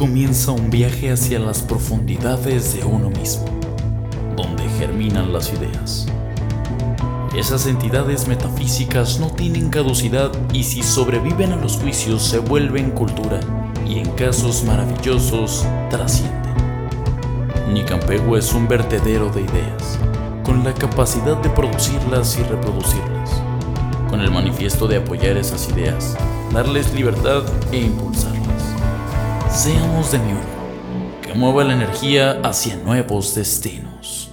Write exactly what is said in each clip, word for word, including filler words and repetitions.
comienza un viaje hacia las profundidades de uno mismo, donde germinan las ideas. Esas entidades metafísicas no tienen caducidad y si sobreviven a los juicios se vuelven cultura y en casos maravillosos trascienden. Nicampegua es un vertedero de ideas, con la capacidad de producirlas y reproducirlas, con el manifiesto de apoyar esas ideas, darles libertad e impulsarlas. Seamos de mi uno, que mueva la energía hacia nuevos destinos.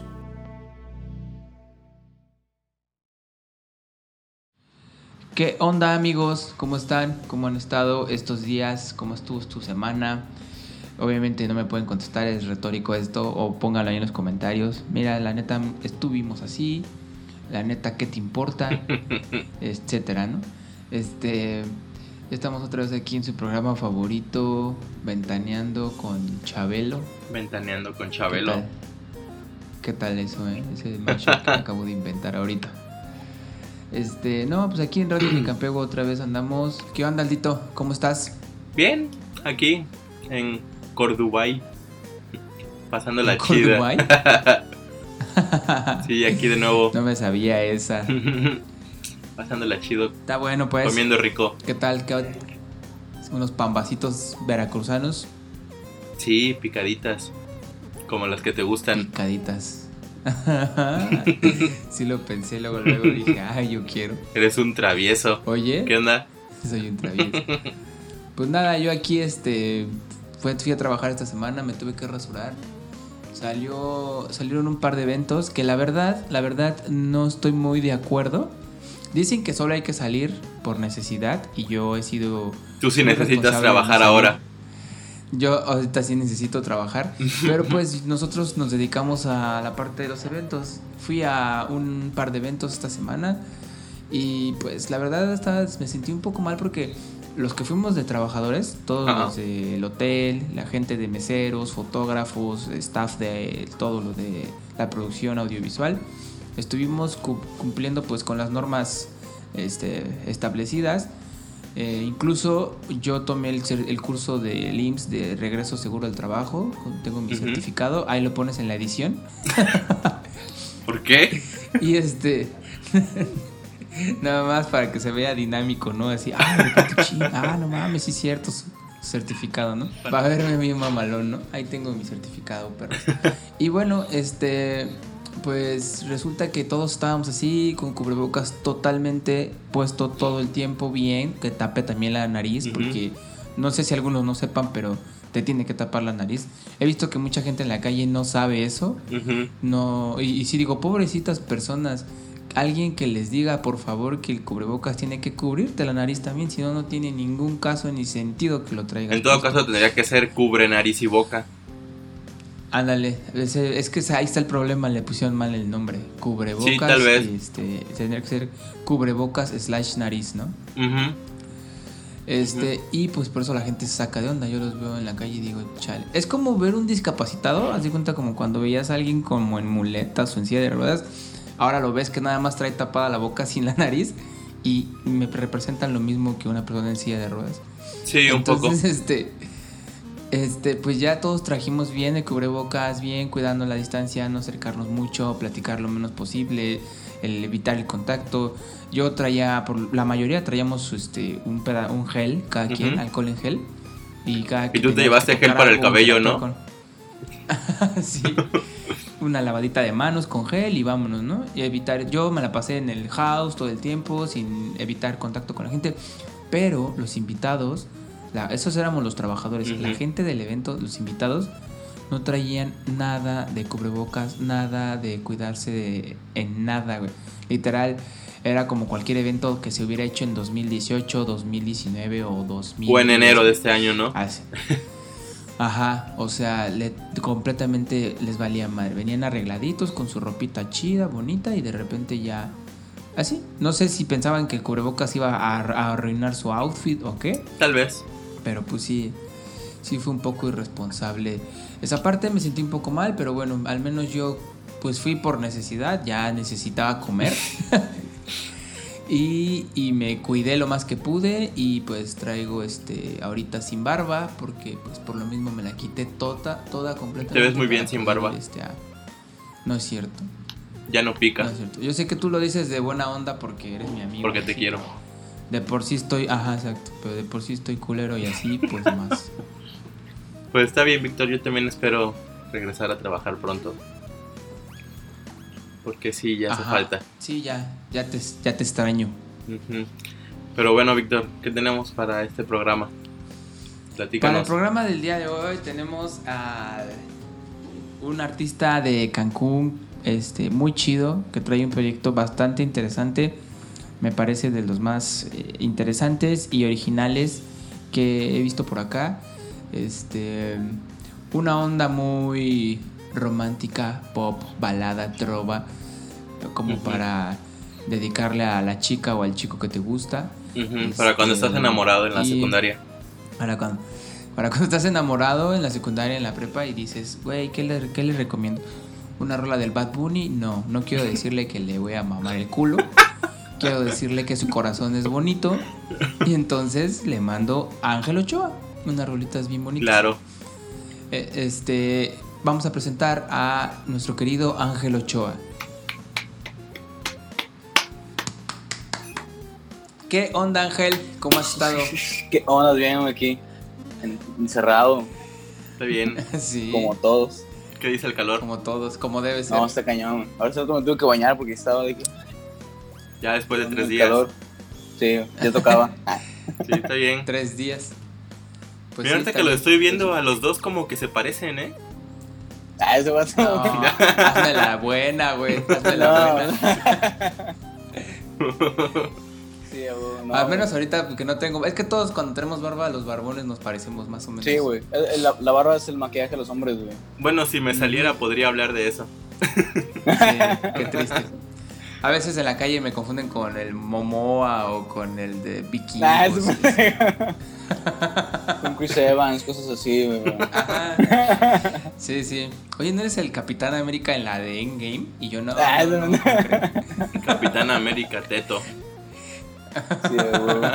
¿Qué onda, amigos? ¿Cómo están? ¿Cómo han estado estos días? ¿Cómo estuvo tu semana? Obviamente no me pueden contestar, es retórico esto, o pónganlo ahí en los comentarios. Mira, la neta, estuvimos así, la neta, ¿qué te importa? Etcétera, ¿no? Este, estamos otra vez aquí en su programa favorito, Ventaneando con Chabelo. Ventaneando con Chabelo. ¿Qué tal, ¿Qué tal eso, eh? Ese mashup que acabo de inventar ahorita. Este, no, pues aquí en Radio Nicampegua otra vez andamos. ¿Qué onda, Aldito? ¿Cómo estás? Bien, aquí en Cordubay, pasando la ¿En chida. Cordubay? Sí, aquí de nuevo. No me sabía esa. Pasándola chido. Está bueno, pues. Comiendo rico. ¿Qué tal? ¿Qué... Unos pambacitos veracruzanos. Sí, picaditas. Como las que te gustan. Picaditas. Sí lo pensé, luego luego dije, ay, yo quiero. Eres un travieso. Oye. ¿Qué onda? Soy un travieso. Pues nada, yo aquí este fui, fui a trabajar esta semana, me tuve que rasurar. Salió, salieron un par de eventos que la verdad, la verdad no estoy muy de acuerdo. Dicen que solo hay que salir por necesidad y yo he sido... Tú sí necesitas trabajar ahora. Yo ahorita sí necesito trabajar, pero pues nosotros nos dedicamos a la parte de los eventos. Fui a un par de eventos esta semana y pues la verdad hasta me sentí un poco mal porque los que fuimos de trabajadores, todos Ajá. los del hotel, la gente de meseros, fotógrafos, staff de todo lo de la producción audiovisual, estuvimos cu- cumpliendo pues con las normas este, establecidas. Eh, incluso yo tomé el, el curso del I M S S de regreso seguro al trabajo. Tengo mi uh-huh. certificado. Ahí lo pones en la edición. ¿Por qué? Y este nada más para que se vea dinámico, ¿no? Así, ah, de repente, ching, ah, no mames, sí es cierto, su certificado, ¿no? Para verme bien mamalón, ¿no? Ahí tengo mi certificado, perro. Y bueno, este... pues resulta que todos estábamos así, con cubrebocas totalmente puesto todo el tiempo bien, que tape también la nariz, uh-huh. porque no sé si algunos no sepan, pero te tiene que tapar la nariz. He visto que mucha gente en la calle no sabe eso. Uh-huh. No, y, y sí digo, pobrecitas personas, alguien que les diga por favor que el cubrebocas tiene que cubrirte la nariz también, si no, no tiene ningún caso ni sentido que lo traigas. En todo puesto. Caso tendría que ser cubre nariz y boca. Ándale, es, es que ahí está el problema, le pusieron mal el nombre. Cubrebocas. Sí, tal vez. Este, tendría que ser cubrebocas slash nariz, ¿no? Uh-huh. Este, uh-huh. Y pues por eso la gente se saca de onda. Yo los veo en la calle y digo, chale. Es como ver un discapacitado, haz de cuenta como cuando veías a alguien como en muletas o en silla de ruedas. Ahora lo ves que nada más trae tapada la boca sin la nariz y me representan lo mismo que una persona en silla de ruedas. Sí, un Entonces, poco. Entonces, este... Este, pues ya todos trajimos bien el cubrebocas, bien cuidando la distancia, no acercarnos mucho, platicar lo menos posible, el evitar el contacto. Yo traía, por la mayoría traíamos este un peda- un gel, cada uh-huh. quien, alcohol en gel. Y, cada y tú te llevaste gel para el cabello, ¿no? Con... Sí, una lavadita de manos con gel y vámonos, ¿no? Y evitar, yo me la pasé en el house todo el tiempo sin evitar contacto con la gente, pero los invitados... La, esos éramos los trabajadores. Uh-huh. La gente del evento, los invitados, no traían nada de cubrebocas, nada de cuidarse de, en nada, güey. Literal, era como cualquier evento que se hubiera hecho en dos mil dieciocho, dos mil diecinueve o dos mil. O en enero de este año, ¿no? Así. Ajá, o sea, le, completamente les valía madre. Venían arregladitos con su ropita chida, bonita, y de repente ya... Así. No sé si pensaban que el cubrebocas iba a, a arruinar su outfit o qué. Tal vez. Pero pues sí, sí fue un poco irresponsable. Esa parte me sentí un poco mal, pero bueno, al menos yo pues fui por necesidad, ya necesitaba comer. Y, y me cuidé lo más que pude y pues traigo este ahorita sin barba porque pues por lo mismo me la quité toda, toda completamente. Te ves muy bien sin barba. Este, a... No es cierto. Ya no pica. No es cierto. Yo sé que tú lo dices de buena onda porque eres mi amigo. Porque te así, quiero. De por sí estoy, ajá, exacto, pero de por sí estoy culero y así pues más. Pues está bien, Víctor, yo también espero regresar a trabajar pronto. Porque sí, ya hace Ajá. falta. Sí, ya, ya te, ya te extraño. Uh-huh. Pero bueno, Víctor, ¿qué tenemos para este programa? Platícanos. Para el programa del día de hoy tenemos a un artista de Cancún, este, muy chido, que trae un proyecto bastante interesante. Me parece de los más eh, interesantes y originales que he visto por acá. Este, una onda muy romántica, pop, balada, trova, como uh-huh. para dedicarle a la chica o al chico que te gusta. Uh-huh. Este, para cuando estás enamorado en la secundaria. Para cuando, para cuando estás enamorado en la secundaria, en la prepa y dices, güey, ¿qué le, qué le recomiendo? ¿Una rola del Bad Bunny? No, no quiero decirle que le voy a mamar el culo. Quiero decirle que su corazón es bonito. Y entonces le mando a Ángel Ochoa, unas rolitas bien bonitas. Claro. Eh, este... Vamos a presentar a nuestro querido Ángel Ochoa. ¿Qué onda, Ángel? ¿Cómo has estado? ¿Qué onda? Bien aquí, encerrado. Está bien. Sí. Como todos. ¿Qué dice el calor? Como todos, como debe ser. No, está cañón. Ahora solo me tuve que bañar porque estaba de que... Ya después de tres el días. Calor. Sí, ya tocaba. Sí, está bien. Tres días. Pues Mira, sí, ahorita que bien. Lo estoy viendo, a los dos como que se parecen, ¿eh? Ah, eso va a ser. No, hazme la buena, güey. Hazme la no. buena. Sí, güey, no, Al menos güey. ahorita que no tengo. Es que todos cuando tenemos barba, los barbones nos parecemos más o menos. Sí, güey. La, la barba es el maquillaje de los hombres, güey. Bueno, si me saliera, podría hablar de eso. Sí, qué triste. A veces en la calle me confunden con el Momoa o con el de Bikini. Ah, es... Con Chris Evans, cosas así, güey. Ajá. Sí, sí. Oye, ¿no eres el Capitán América en la de Endgame? Y yo no. Ah, no, no, no. no Capitán América, teto. Sí, güey.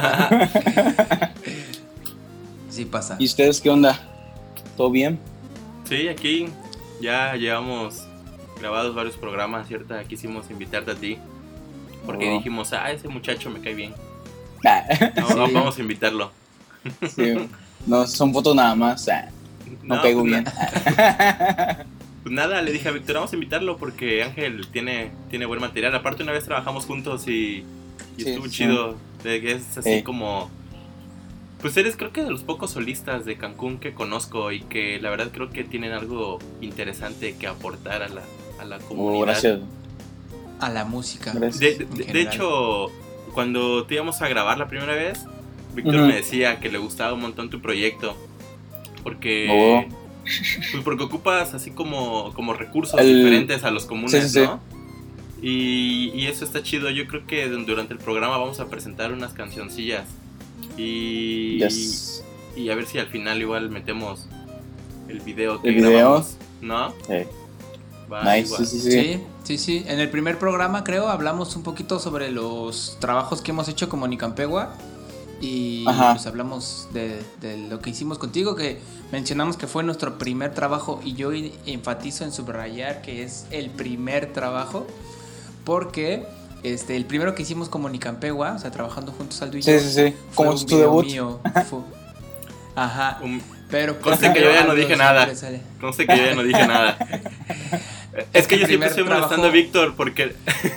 Sí pasa. ¿Y ustedes qué onda? ¿Todo bien? Sí, aquí ya llevamos grabados varios programas, ¿cierto? Quisimos invitarte a ti porque oh. dijimos, ah, ese muchacho me cae bien. Ah. No, sí. Vamos a invitarlo. Sí. No, son fotos nada más. Ah. No, no caigo pues bien. Na- pues nada, le dije a Víctor, vamos a invitarlo porque Ángel tiene, tiene buen material. Aparte una vez trabajamos juntos y, y sí, estuvo sí. chido. De que es así sí. como... Pues eres creo que de los pocos solistas de Cancún que conozco y que la verdad creo que tienen algo interesante que aportar a la, a la comunidad. Oh, gracias. A la música. De, de, de hecho, cuando te íbamos a grabar la primera vez, Víctor uh-huh. me decía que le gustaba un montón tu proyecto. Porque, oh. pues porque ocupas así como, como recursos El... diferentes a los comunes, sí, sí, ¿no? Sí. Y, y eso está chido. Yo creo que durante el programa vamos a presentar unas cancioncillas. Y, yes. y, y a ver si al final igual metemos el video que ¿El video? grabamos, ¿no? Sí. Va, nice, sí, sí, sí. sí, sí, sí. En el primer programa creo hablamos un poquito sobre los trabajos que hemos hecho como Nicampegua. Y Ajá. pues hablamos de, de lo que hicimos contigo, que mencionamos que fue nuestro primer trabajo. Y yo enfatizo en subrayar que es el primer trabajo, porque... Este, el primero que hicimos como Nicampegua, o sea, trabajando juntos Aldo y yo. Sí, sí, sí. Como un tu debut. Mío. Fue... Ajá. Um, pero conste que yo ya no dije nada. Conste que yo ya no dije nada. Es, es que yo siempre estoy trabajo... molestando a Víctor porque.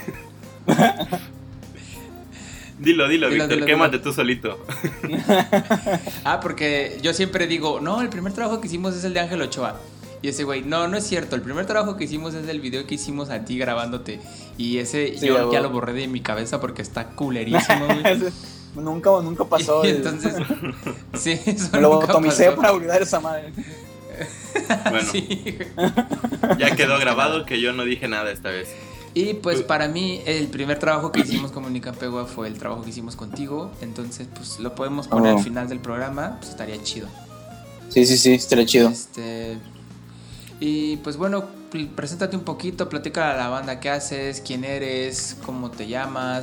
dilo, dilo, dilo, Víctor, dilo, quémate dilo. Tú solito. Ah, porque yo siempre digo, no, el primer trabajo que hicimos es el de Ángel Ochoa. Y ese güey, no, no es cierto. El primer trabajo que hicimos es el video que hicimos a ti grabándote. Y ese sí, yo ya lo borré de mi cabeza porque está culerísimo, güey. nunca, nunca pasó. Y entonces, sí, eso me lo botomicé para olvidar esa madre. Bueno, sí. Ya quedó grabado que yo no dije nada esta vez. Y pues para mí el primer trabajo que hicimos como Nicampegua fue el trabajo que hicimos contigo. Entonces pues lo podemos poner oh. al final del programa, pues estaría chido. Sí, sí, sí, estaría chido. Este... Y pues bueno, preséntate un poquito, platica a la banda qué haces, quién eres, cómo te llamas,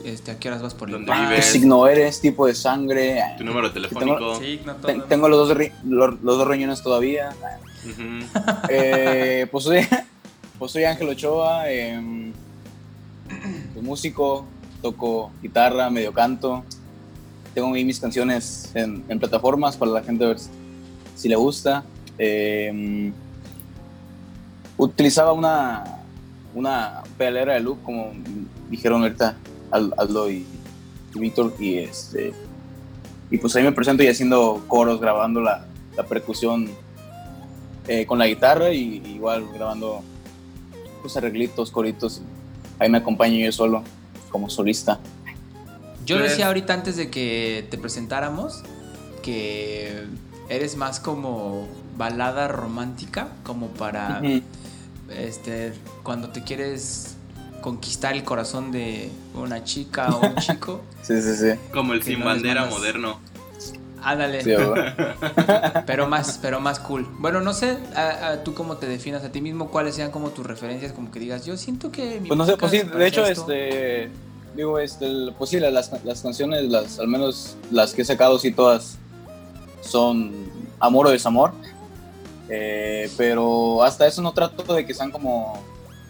este, ¿a qué horas vas por el ¿Dónde pan? vives? ¿Qué signo eres? ¿Tipo de sangre? Tu número telefónico. Sí, no todo. Ten- tengo los dos, ri- los, los dos riñones todavía. Ujú. Eh, pues, soy, pues soy Ángel Ochoa, eh, soy músico, toco guitarra, medio canto. Tengo ahí mis canciones en, en plataformas para la gente ver si, si le gusta. Eh, utilizaba una, una pedalera de loop, como dijeron ahorita Aldo y, y Víctor, y, este, y pues ahí me presento y haciendo coros, grabando la, la percusión eh, con la guitarra y, y igual grabando pues, arreglitos, coritos. Ahí me acompaño yo solo, como solista. Yo Pues- decía ahorita antes de que te presentáramos que eres más como balada romántica, como para Ujú. este cuando te quieres conquistar el corazón de una chica o un chico. Sí, sí, sí. Como el Que sin no les bandera mandas- moderno. Ándale. Sí, ¿verdad? Pero más, pero más cool. Bueno, no sé, a, a, tú cómo te definas a ti mismo, cuáles sean como tus referencias, como que digas, yo siento que mi Pues no sé, música pues sí, se de parece hecho, a esto. este, digo, este, el- pues sí, las, las canciones, las, al menos las que he sacado, sí, todas son amor o desamor, eh, pero hasta eso no trato de que sean como,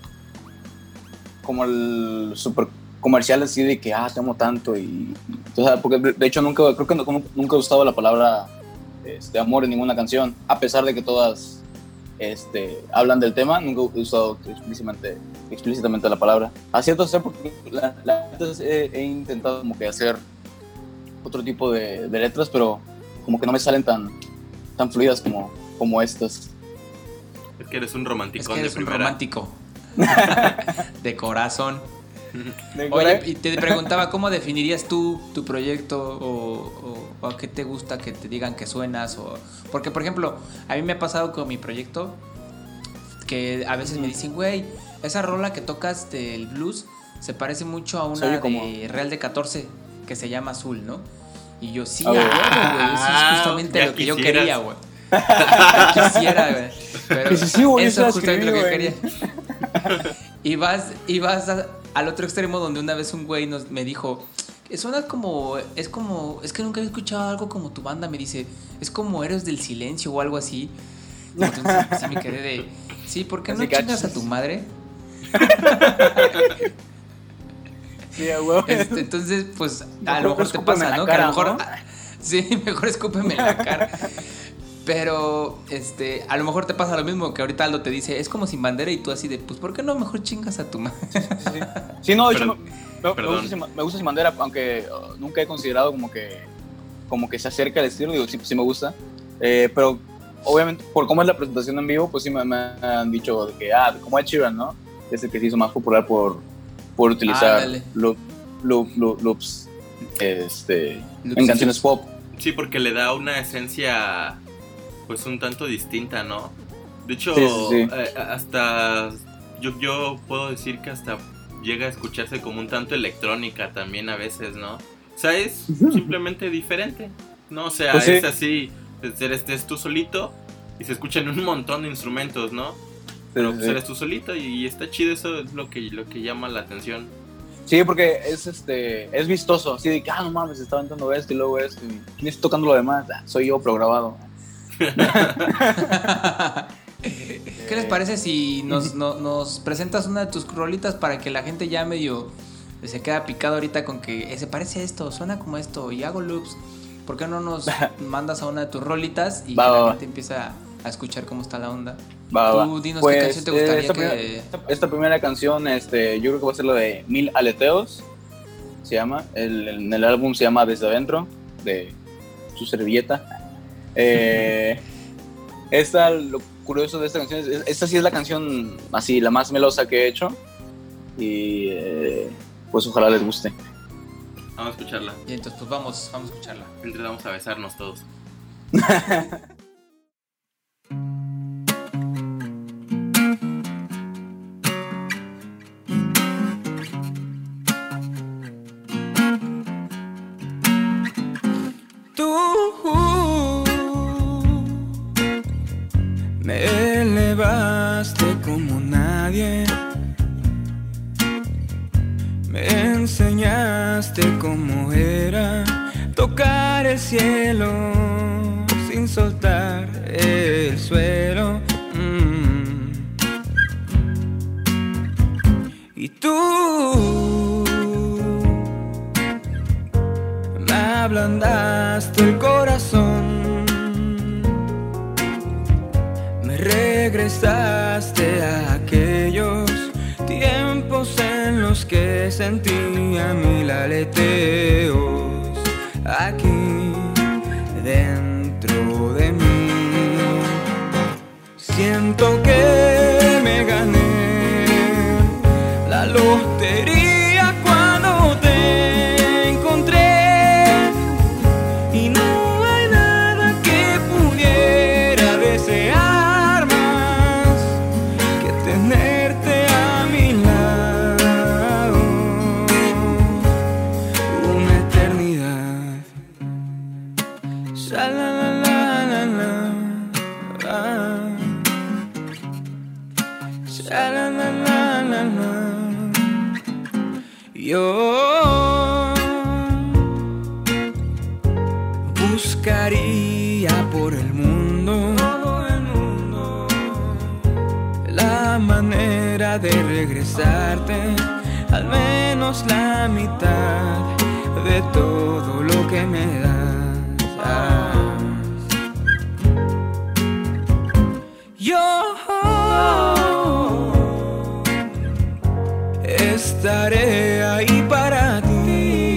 como el super comercial así de que, ah, te amo tanto y, o sea, porque de hecho nunca, creo que no- nunca he usado la palabra, este, amor en ninguna canción, a pesar de que todas, este, hablan del tema, nunca he usado explícitamente, explícitamente la palabra. A cierto ser porque la, la, he, he intentado como que hacer otro tipo de, de letras, pero como que no me salen tan, tan fluidas como, como estas. Es que eres un Es romanticón que eres de un primera. romántico. De corazón. ¿De Oye, y te preguntaba, ¿cómo definirías tú tu proyecto o, o- o a qué te gusta que te digan que suenas? O, porque, por ejemplo, a mí me ha pasado con mi proyecto que a veces me dicen, güey, esa rola que tocas del blues se parece mucho a Se una oye como- de Real de catorce que se llama Azul, ¿no? Y yo, sí, Ah, a güey. huevo, güey, eso Ah, es justamente ya lo que yo quisieras. quería, güey. Ya quisiera, güey. Pero Que sí, sí, güey, eso yo es se la justamente lo que yo escribí, quería. Y vas, y vas a- al otro extremo donde una vez un güey nos, me dijo, suena como, es como, es que nunca he escuchado algo como tu banda, me dice, es como Héroes del Silencio o algo así. Y entonces pues, sí me quedé de, sí, ¿por qué no Así chingas cachis. a tu madre? Sí, a huevo. Este, entonces, pues a Mejor lo mejor te escúpeme en pasa, la ¿no? cara, que a lo mejor, ¿no? ah, sí, mejor escúpeme en la cara. Pero, este, a lo mejor te pasa lo mismo que ahorita Aldo te dice, es como Sin Bandera y tú así de, pues, ¿por qué no mejor chingas a tu madre? Sí, sí. Sí, no, de hecho, Pero- me, me- me perdón. gusta, Sin- me gusta Sin Bandera, aunque uh, nunca he considerado como que, como que se acerca al estilo, digo, sí, sí me gusta, eh, pero obviamente por cómo es la presentación en vivo, pues sí me, me han dicho de que, ah, como Ed Sheeran, ¿no? Es el que se hizo más popular por, por utilizar Ándale. loop, loop, loop- loops este, Loops en y canciones loops. pop. Sí, porque le da una esencia pues un tanto distinta, ¿no? De hecho, Sí, sí, sí. eh, hasta yo, yo puedo decir que hasta llega a escucharse como un tanto electrónica también a veces, ¿no? O sea, es simplemente diferente, ¿no? O sea, Pues sí. es así, es- eres, eres tú solito y se escuchan un montón de instrumentos, ¿no? Pero Sí, pues sí. eres tú solito y está chido, eso es lo que, lo que llama la atención. Sí, porque es este es vistoso, así de que, ah, no mames, está aventando esto y luego esto, y ¿quién está tocando lo demás? Ah, soy yo programado. ¿Qué les parece si nos, no- nos presentas una de tus rolitas para que la gente ya medio se queda picado ahorita con que eh, se parece a esto, suena como esto y hago loops? ¿Por qué no nos mandas a una de tus rolitas y Va, que va, la va. gente empieza a escuchar cómo está la onda? Va, va, Tú va. dinos Pues, qué canción te eh, gustaría esta, que... primera, esta, esta primera canción, este, yo creo que va a ser la de Mil Aleteos, se llama, el, el, el álbum se llama Desde Adentro, de su servilleta. Eh, esta, lo curioso de esta canción, es, esta sí es la canción así, la más melosa que he hecho, y eh, pues ojalá les guste. Vamos a escucharla. Y entonces pues vamos, vamos a escucharla. Entonces vamos a besarnos todos. Tú me elevaste como nadie, me enseñaste hablaste como era tocar el cielo sin soltar el suelo. Mm. Y tú me ablandaste el corazón, me regresaste a aquellos tiempos en los que sentía mil aleteos aquí dentro de mí. Siento que me gané la lotería cuando te encontré, y no hay nada que pudiera desear más que tenerte a mi lado una eternidad. Sha la la la la la, ah. Sha la la la la la. Yo buscaría por el mundo, todo el mundo, la manera de regresarte al menos la mitad de todo lo que me das. Ah. Yo estaré ahí para ti,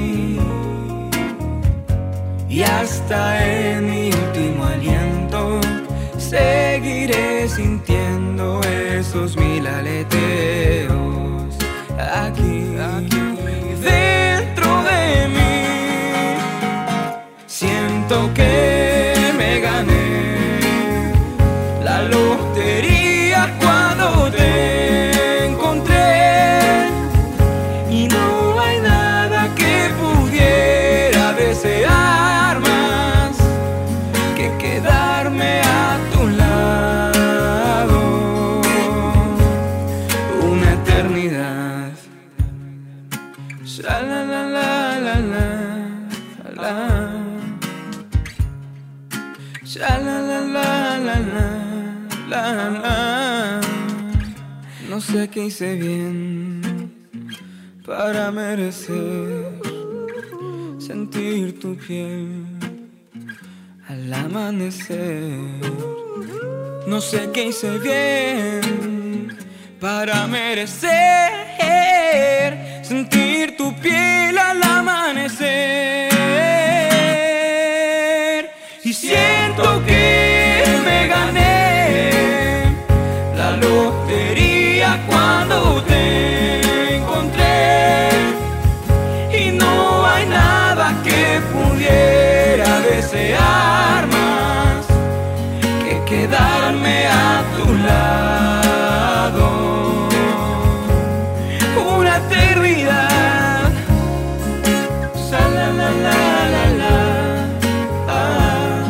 y hasta en mi último aliento seguiré sintiendo esos mil aleteos aquí, aquí dentro de mí. Siento que me gané la lotería cuando te encontré, y no hay nada que pudiera desear más que quedarme a tu lado una eternidad. Sha la la la la la la. Sha la la la la la la la. No sé qué hice bien para merecer sentir tu piel al amanecer. No sé qué hice bien para merecer sentir tu piel al amanecer. Y siento que me gané la lotería cuando te encontré, y no hay nada que pudiera desear más que quedarme a tu lado una eternidad. Sha la la la la la, ah.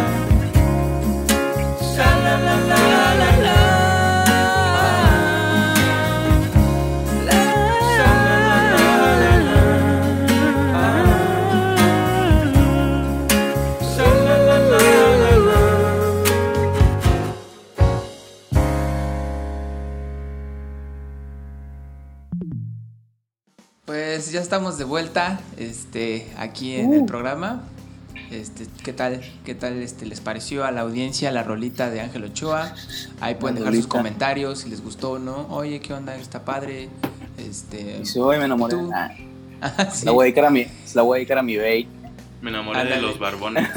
Sha la la la la la. Pues ya estamos de vuelta, este, aquí en uh. el programa. Este, ¿qué tal? ¿Qué tal este les pareció a la audiencia la rolita de Ángel Ochoa? Ahí pueden dejar sus comentarios si les gustó o no. Oye, ¿qué onda? Está padre. Este, sí, hoy me enamoré. Ah. Ah, sí. La voy a dedicar a mi, la voy a dedicar a mi bae. Me enamoré Ándale. de los barbones.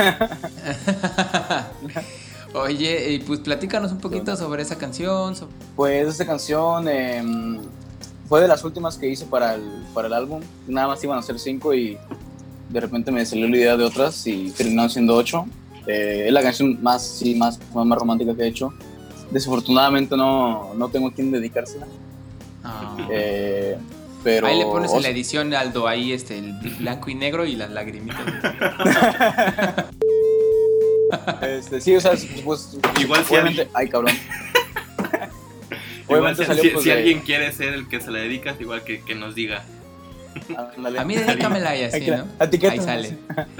Oye, y pues platícanos un poquito sobre esa canción. Sobre... Pues esta canción eh, fue de las últimas que hice para el, para el álbum. Nada más iban a ser cinco y de repente me salió la idea de otras y terminaron siendo ocho. Eh, es la canción más, sí, más, más, más romántica que he hecho. Desafortunadamente no, no tengo a quien dedicársela. Oh. Eh, pero, ahí le pones en la edición, Aldo, ahí este, el blanco y negro y las lagrimitas. este, sí, o sea, pues igual si obviamente, alguien... ay cabrón. Igual si, salió, si, pues, si de... alguien quiere ser el que se la dedicas, igual que, que nos diga. Ándale. A mí dedícamela y así, Hay que- ¿no? etiqueta, Ahí sale.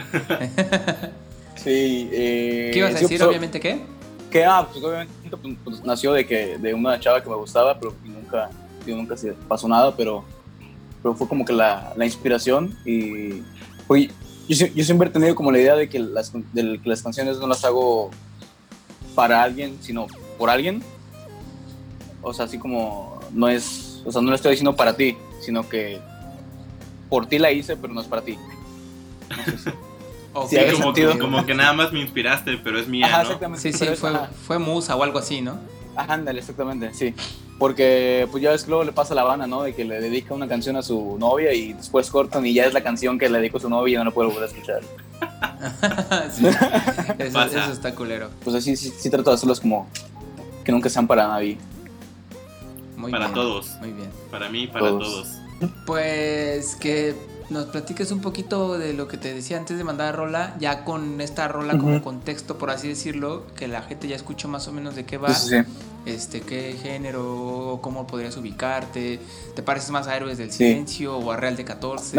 Sí, eh, ¿Qué ibas a sí, decir, pues, obviamente, qué? Que, ah, pues obviamente pues, pues, nació de que de una chava que me gustaba, pero nunca, yo nunca se pasó nada, pero, pero fue como que la, la inspiración y pues, yo, sie- yo siempre he tenido como la idea de que, las, de que las canciones no las hago para alguien, sino por alguien. O sea, así como no es, o sea, no lo estoy diciendo para ti, sino que por ti la hice, pero no es para ti. No sé si- Ok. Sí, hace como, sentido. como que nada más me inspiraste, pero es mía, Ajá, ¿no? exactamente. Sí, sí, pero es- fue, ajá. fue musa o algo así, ¿no? Ajá, ándale, exactamente, sí. Porque pues ya ves que luego le pasa a la banda, ¿no? De que le dedica una canción a su novia y después cortan y ya es la canción que le dedicó a su novia y ya no la puede volver a escuchar. Sí. Eso, Pasa. eso está culero. Pues así sí, sí trato de hacerlos como que nunca sean para nadie. Muy Para bien. todos. Muy bien. Para mí, para Todos. todos. Pues que nos platiques un poquito de lo que te decía antes de mandar a rola, ya con esta rola como Ujú. contexto, por así decirlo, que la gente ya escuchó más o menos de qué va, Sí, sí, sí. este, qué género, cómo podrías ubicarte, ¿te pareces más a Héroes del Sí. Silencio o a Real de catorce?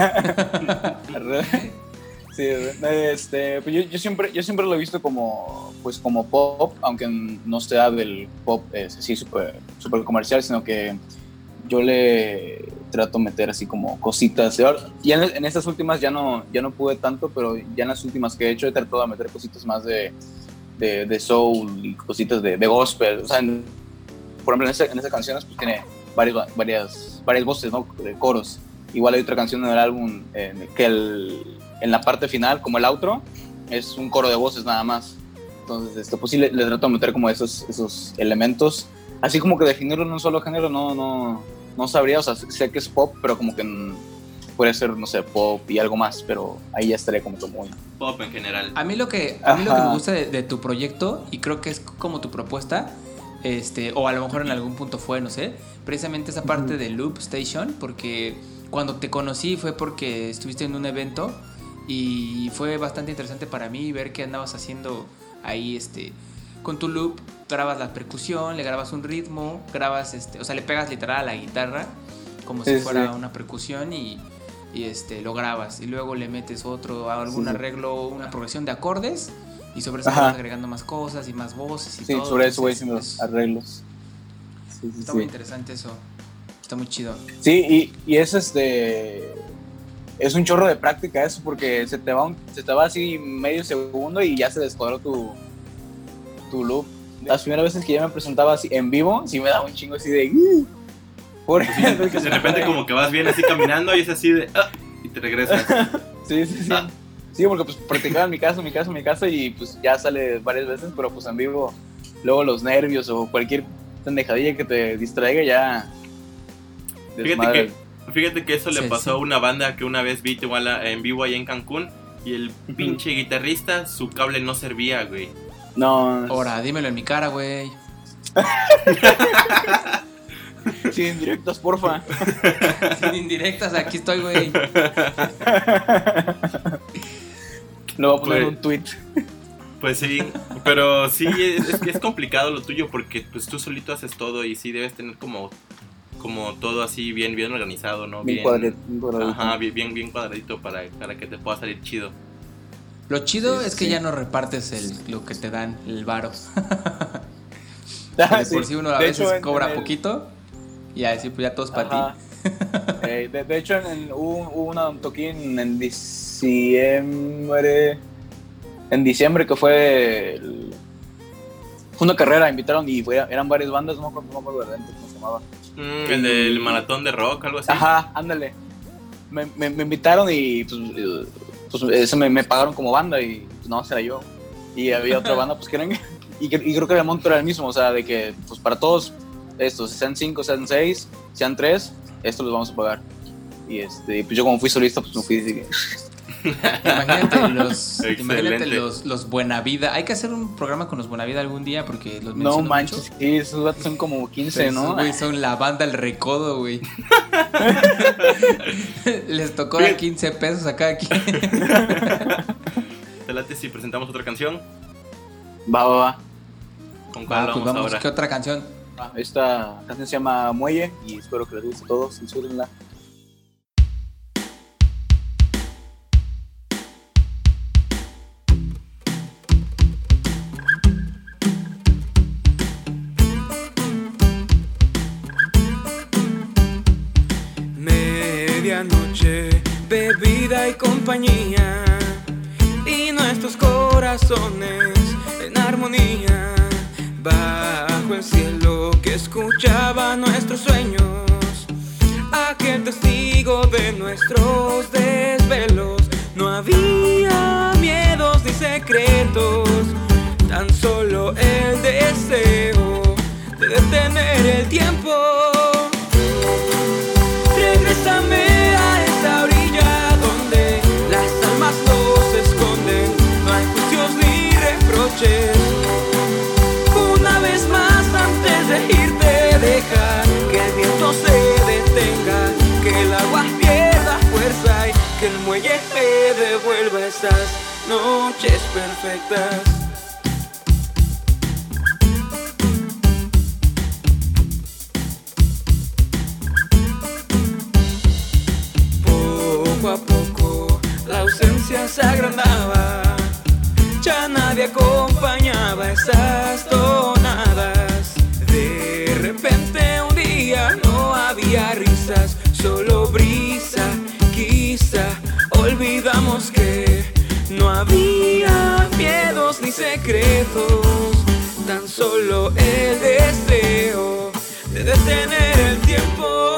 Sí, este, pues yo, yo siempre, yo siempre lo he visto como, pues como pop, aunque no sea del pop eh, así súper super comercial, sino que yo le trato de meter así como cositas. Y ahora- ya en, en estas últimas ya no, ya no pude tanto, pero ya en las últimas que he hecho he tratado de meter cositas más de, de, de soul y cositas de, de gospel. O sea, en- por ejemplo, en, esa, en esas canciones pues tiene varias, varias, varias voces, ¿no? De coros. Igual hay otra canción en el álbum eh, que el, en la parte final, como el outro, es un coro de voces nada más. Entonces, esto, pues sí le, le trato de meter como esos, esos elementos. Así como que definirlo en un solo género no, no, no sabría. O sea, sé que es pop, pero como que mm, puede ser, no sé, pop y algo más, pero ahí ya estaría como que muy... Pop en general. A mí lo que, a mí lo que Ajá. me gusta de, de tu proyecto, y creo que es como tu propuesta, este, o a lo mejor en algún punto fue, no sé, precisamente esa parte de Loop Station, porque cuando te conocí fue porque estuviste en un evento y fue bastante interesante para mí ver qué andabas haciendo ahí, este, con tu loop, grabas la percusión, le grabas un ritmo, grabas, este, o sea, le pegas literal a la guitarra como Sí, si sí. fuera una percusión y, y este, lo grabas y luego le metes otro, algún Sí, sí. arreglo, una progresión de acordes y sobre eso le Ajá. vas agregando más cosas y más voces y Sí, todo. sobre eso voy Entonces, haciendo es- arreglos. Sí, sí, Está sí. muy interesante eso. Está muy chido. Sí, y, y es este. Es un chorro de práctica eso, porque se te va, un- se te va así medio segundo y ya se descuadró tu, tu loop. Las primeras veces que ya me presentaba así en vivo, sí me daba un chingo así de. "Uh", por De repente como que vas bien así caminando y es así de... "Ah", y te regresas. Sí, sí, sí. Ah. Sí, porque pues practicaba en mi casa, en mi casa, en mi casa y pues ya sale varias veces, pero pues en vivo, luego los nervios o cualquier pendejadilla que te distraiga ya. Fíjate desmadre. que, fíjate que eso le Sí, pasó sí. a una banda que una vez vi igual a- en vivo allá en Cancún y el pinche guitarrista, su cable no servía, güey. No. Ahora, dímelo en mi cara, güey. Sí, en directos, porfa. Sin indirectas, aquí estoy, güey. Lo voy a poner en Pues- un tweet. Pues sí, pero sí, es, es que es complicado lo tuyo porque pues tú solito haces todo y sí debes tener como, como todo así bien, bien organizado, ¿no? Bien cuadradito, bien cuadradito. Ajá, bien, bien, bien cuadradito para, para que te pueda salir chido. Lo chido Sí, es que sí. ya no repartes el, lo que te dan, el varo. Ah, De sí. por sí uno a De veces hecho, en- cobra en el- poquito y así pues ya todos para Ajá. ti. Eh, de, de hecho, en, en- hubo, hubo una- un toquín en diciembre. En diciembre que fue. el- fue una carrera, invitaron y fue- eran varias bandas, no me acuerdo, no me acuerdo del evento, cómo se llamaba. Mm, el del maratón de rock, algo así. Ajá, ándale. Me, me, me invitaron y pues, eh, pues eso me, me pagaron como banda y pues no, era yo. Y había otra banda pues que eran, y, que- y creo que el monto era el mismo, o sea, de que pues para todos estos, sean cinco, sean seis, sean tres, esto los vamos a pagar. Y este, pues yo como fui solista, pues me fui así que- Imagínate los, Excelente. imagínate los, los Buenavida. Hay que hacer un programa con los Buenavida algún día porque los No menciono manches, mucho. sí, esos vatos son como quince, Pero esos ¿no? güey son la banda El Recodo, güey. Les tocó Bien. a quince pesos a cada quien. ¿Te late si presentamos otra canción? Va, va, va. ¿Con cuál Ah, pues vamos, vamos, ahora? ¿qué otra canción? Va, esta canción se llama Muelle y espero que les guste a todos, disfrútenla. noche, bebida y compañía, y nuestros corazones en armonía, bajo el cielo que escuchaba nuestros sueños, aquel testigo de nuestros desvelos. No había miedos ni secretos, tan solo el deseo de detener el tiempo. Regrésame a esa orilla donde las almas no se esconden, no hay juicios ni reproches. Una vez más antes de irte, deja que el viento se detenga, que el agua pierda fuerza y que el muelle me devuelva esas noches perfectas. Poco a poco la ausencia se agrandaba, ya nadie acompañaba esas tonadas. De repente un día no había risas, solo brisa. Quizá olvidamos que no había miedos ni secretos, tan solo el deseo de detener el tiempo.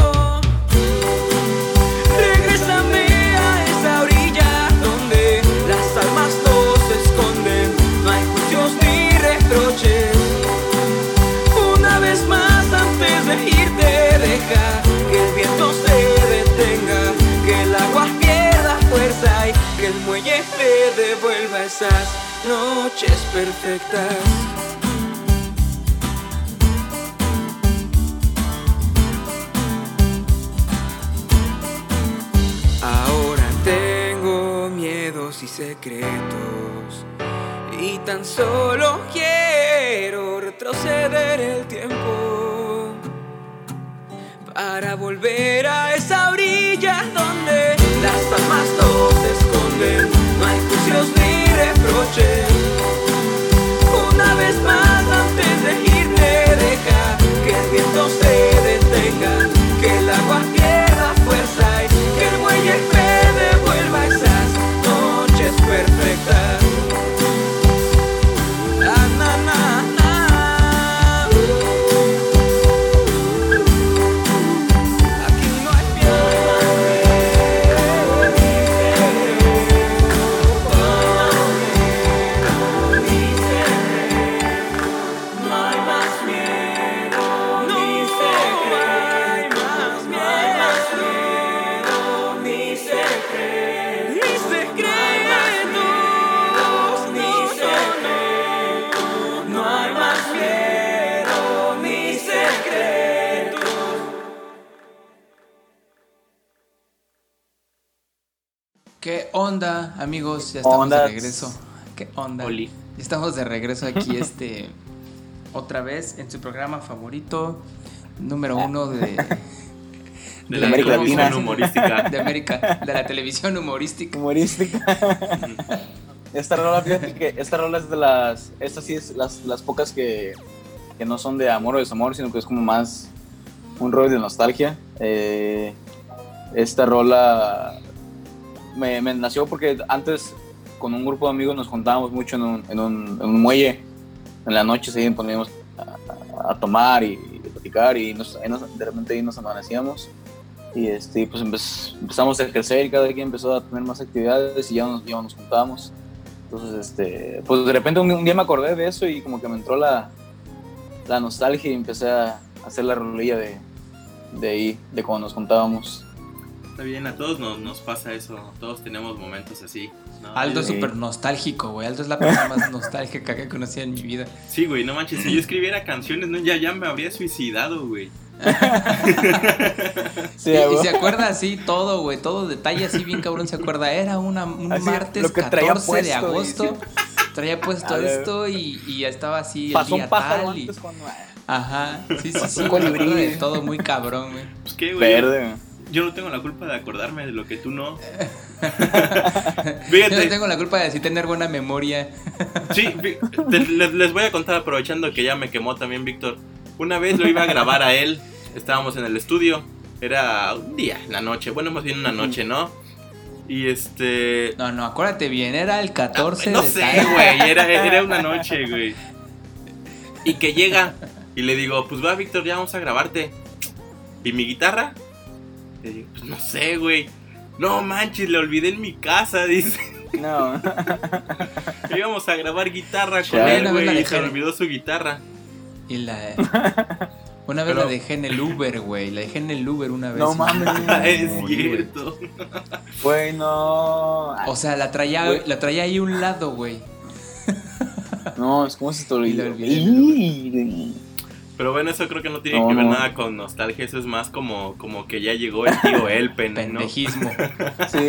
Regrésame a esa orilla donde las almas no se esconden, no hay juicios ni reproches. Una vez más antes de irte, deja que el viento se detenga, que el agua pierda fuerza y que el muelle me devuelva esas noches perfectas. Ahora tengo miedos y secretos y tan solo quiero retroceder el tiempo para volver a esa orilla donde las almas no se esconden, no hay juicios ni reproches. Una vez más antes de irte, deja que el viento se detenga, que el agua pierda fuerza y que el muelle me devuelva esas noches perfectas. Na, na, na, na. ¿Qué onda, amigos? Ya estamos Ondas. de regreso. ¿Qué onda? Oli. Ya estamos de regreso aquí, este, otra vez en su programa favorito, número uno de, De la América televisión Latina. humorística. de América, de la televisión humorística. Humorística. Esta rola, fíjate que esta rola es de las, estas sí es las, las pocas que, que no son de amor o desamor, sino que es como más un rollo de nostalgia. Eh, esta rola me, me nació porque antes con un grupo de amigos nos juntábamos mucho en un, en un, en un muelle. En la noche se poníamos a, a tomar y, y platicar y nos, ahí nos, de repente ahí nos amanecíamos. Y este, pues empe- empezamos a crecer y cada quien empezó a tener más actividades y ya nos, ya nos juntábamos. Entonces, este, pues de repente un, un día me acordé de eso y como que me entró la, la nostalgia y empecé a hacer la rolilla de, de ahí, de cuando nos juntábamos. Está bien, a todos nos, nos pasa eso. Todos tenemos momentos así, ¿no? Aldo es Sí. súper nostálgico, güey. Aldo es la persona más nostálgica que he conocido en mi vida. Sí, güey, no manches. Si yo escribiera canciones, no, ya, ya me habría suicidado, güey. Sí, y, y güey. se acuerda así todo, güey, todo detalle así bien cabrón se acuerda. Era una, un Así, martes lo que traía catorce de puesto, agosto. Traía puesto A ver. esto y, y ya estaba así el Pasó día un pájaro tal y... antes cuando... Ajá, sí, sí, sí, un me colibrí. acuerdo de todo muy cabrón, güey. Pues qué, güey. Verde, güey. Yo no tengo la culpa de acordarme de lo que tú no. Yo Fíjate, no tengo la culpa de así tener buena memoria. sí, vi- te- les, les voy a contar aprovechando que ya me quemó también Víctor. Una vez lo iba a grabar a él, estábamos en el estudio era un día, en la noche, bueno, más bien una noche, ¿no? Y este... No, no, acuérdate bien, era el catorce no, no de sé, tal. güey, era, era una noche, güey. Y que llega y le digo, pues va, Víctor, ya vamos a grabarte. ¿Y mi guitarra? Le digo, pues no sé, güey. No manches, le olvidé en mi casa, dice. No. Íbamos a grabar guitarra con Ya, él, una vez la güey, y se dejé. olvidó su guitarra. Y la... Una vez Pero- la dejé en el Uber, güey. La dejé en el Uber una vez. No y- mames. Es morí, güey. cierto. Güey, no. O sea, la traía, Güey. la traía ahí a un lado, güey. No, es como se te olvidó. Y lo olvidé, Ih, Pero bueno, eso creo que no tiene No, que ver no. nada con nostalgia. Eso es más como, como que ya llegó el tío Elpen, ¿no? Pendejismo. Sí.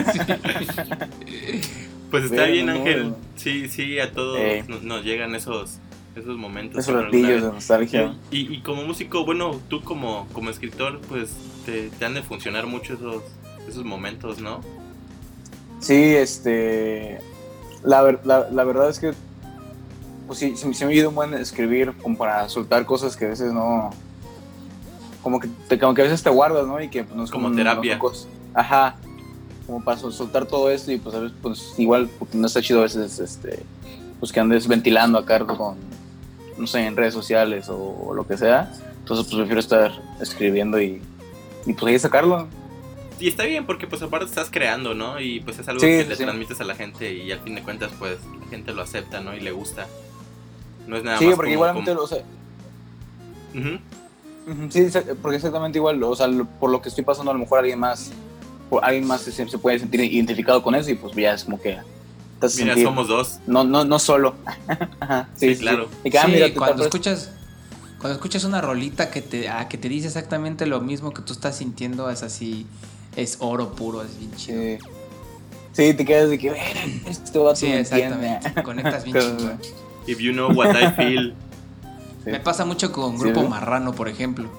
Pues está Bueno, bien, no, Ángel. no. Sí, sí, a todos Eh. nos, nos llegan esos, esos momentos. Esos ¿no? Alguna ratillos de vez. nostalgia. Y, y como músico, bueno, tú como, como escritor, pues te, te han de funcionar mucho esos, esos momentos, ¿no? Sí, este. La, ver- la, la verdad es que. Pues sí, se, me- se me ha ido un buen escribir como para soltar cosas que a veces no. Como que, te- como que a veces te guardas, ¿no? Y que pues, no es Como no- terapia. no son cosas- Ajá. Como para sol- soltar todo esto y pues a veces, pues igual porque no está chido a veces, este. Pues que andes ventilando acá con. No sé, en redes sociales o, o lo que sea. Entonces, pues prefiero estar escribiendo y. Y pues ahí sacarlo. Y está bien porque pues aparte estás creando, ¿no? Y pues es algo Sí, que sí, le sí. transmites a la gente y al fin de cuentas pues la gente lo acepta, ¿no? Y le gusta. No es nada Sí, más porque como- igualmente, como- o sea, Ujú. ujú, sí, exa- porque exactamente igual, o sea, lo- por lo que estoy pasando, a lo mejor alguien más, por alguien más se, se puede sentir identificado con eso y pues ya es como que te hace Mira, sentir- somos dos. no, no, no solo. Ajá, Sí, claro. Y que, ah, Sí, mira, te cuando tapas- escuchas cuando escuchas una rolita que te ah, que te dice exactamente lo mismo que tú estás sintiendo, es así, es oro puro, es bien chido. Sí. Sí, te quedas de que, "Ver, este vato Sí, me entiende". exactamente. Conectas bien Pero- chingón. If you know what I feel. Sí. Me pasa mucho con Sí, Grupo ¿no? Marrano, por ejemplo.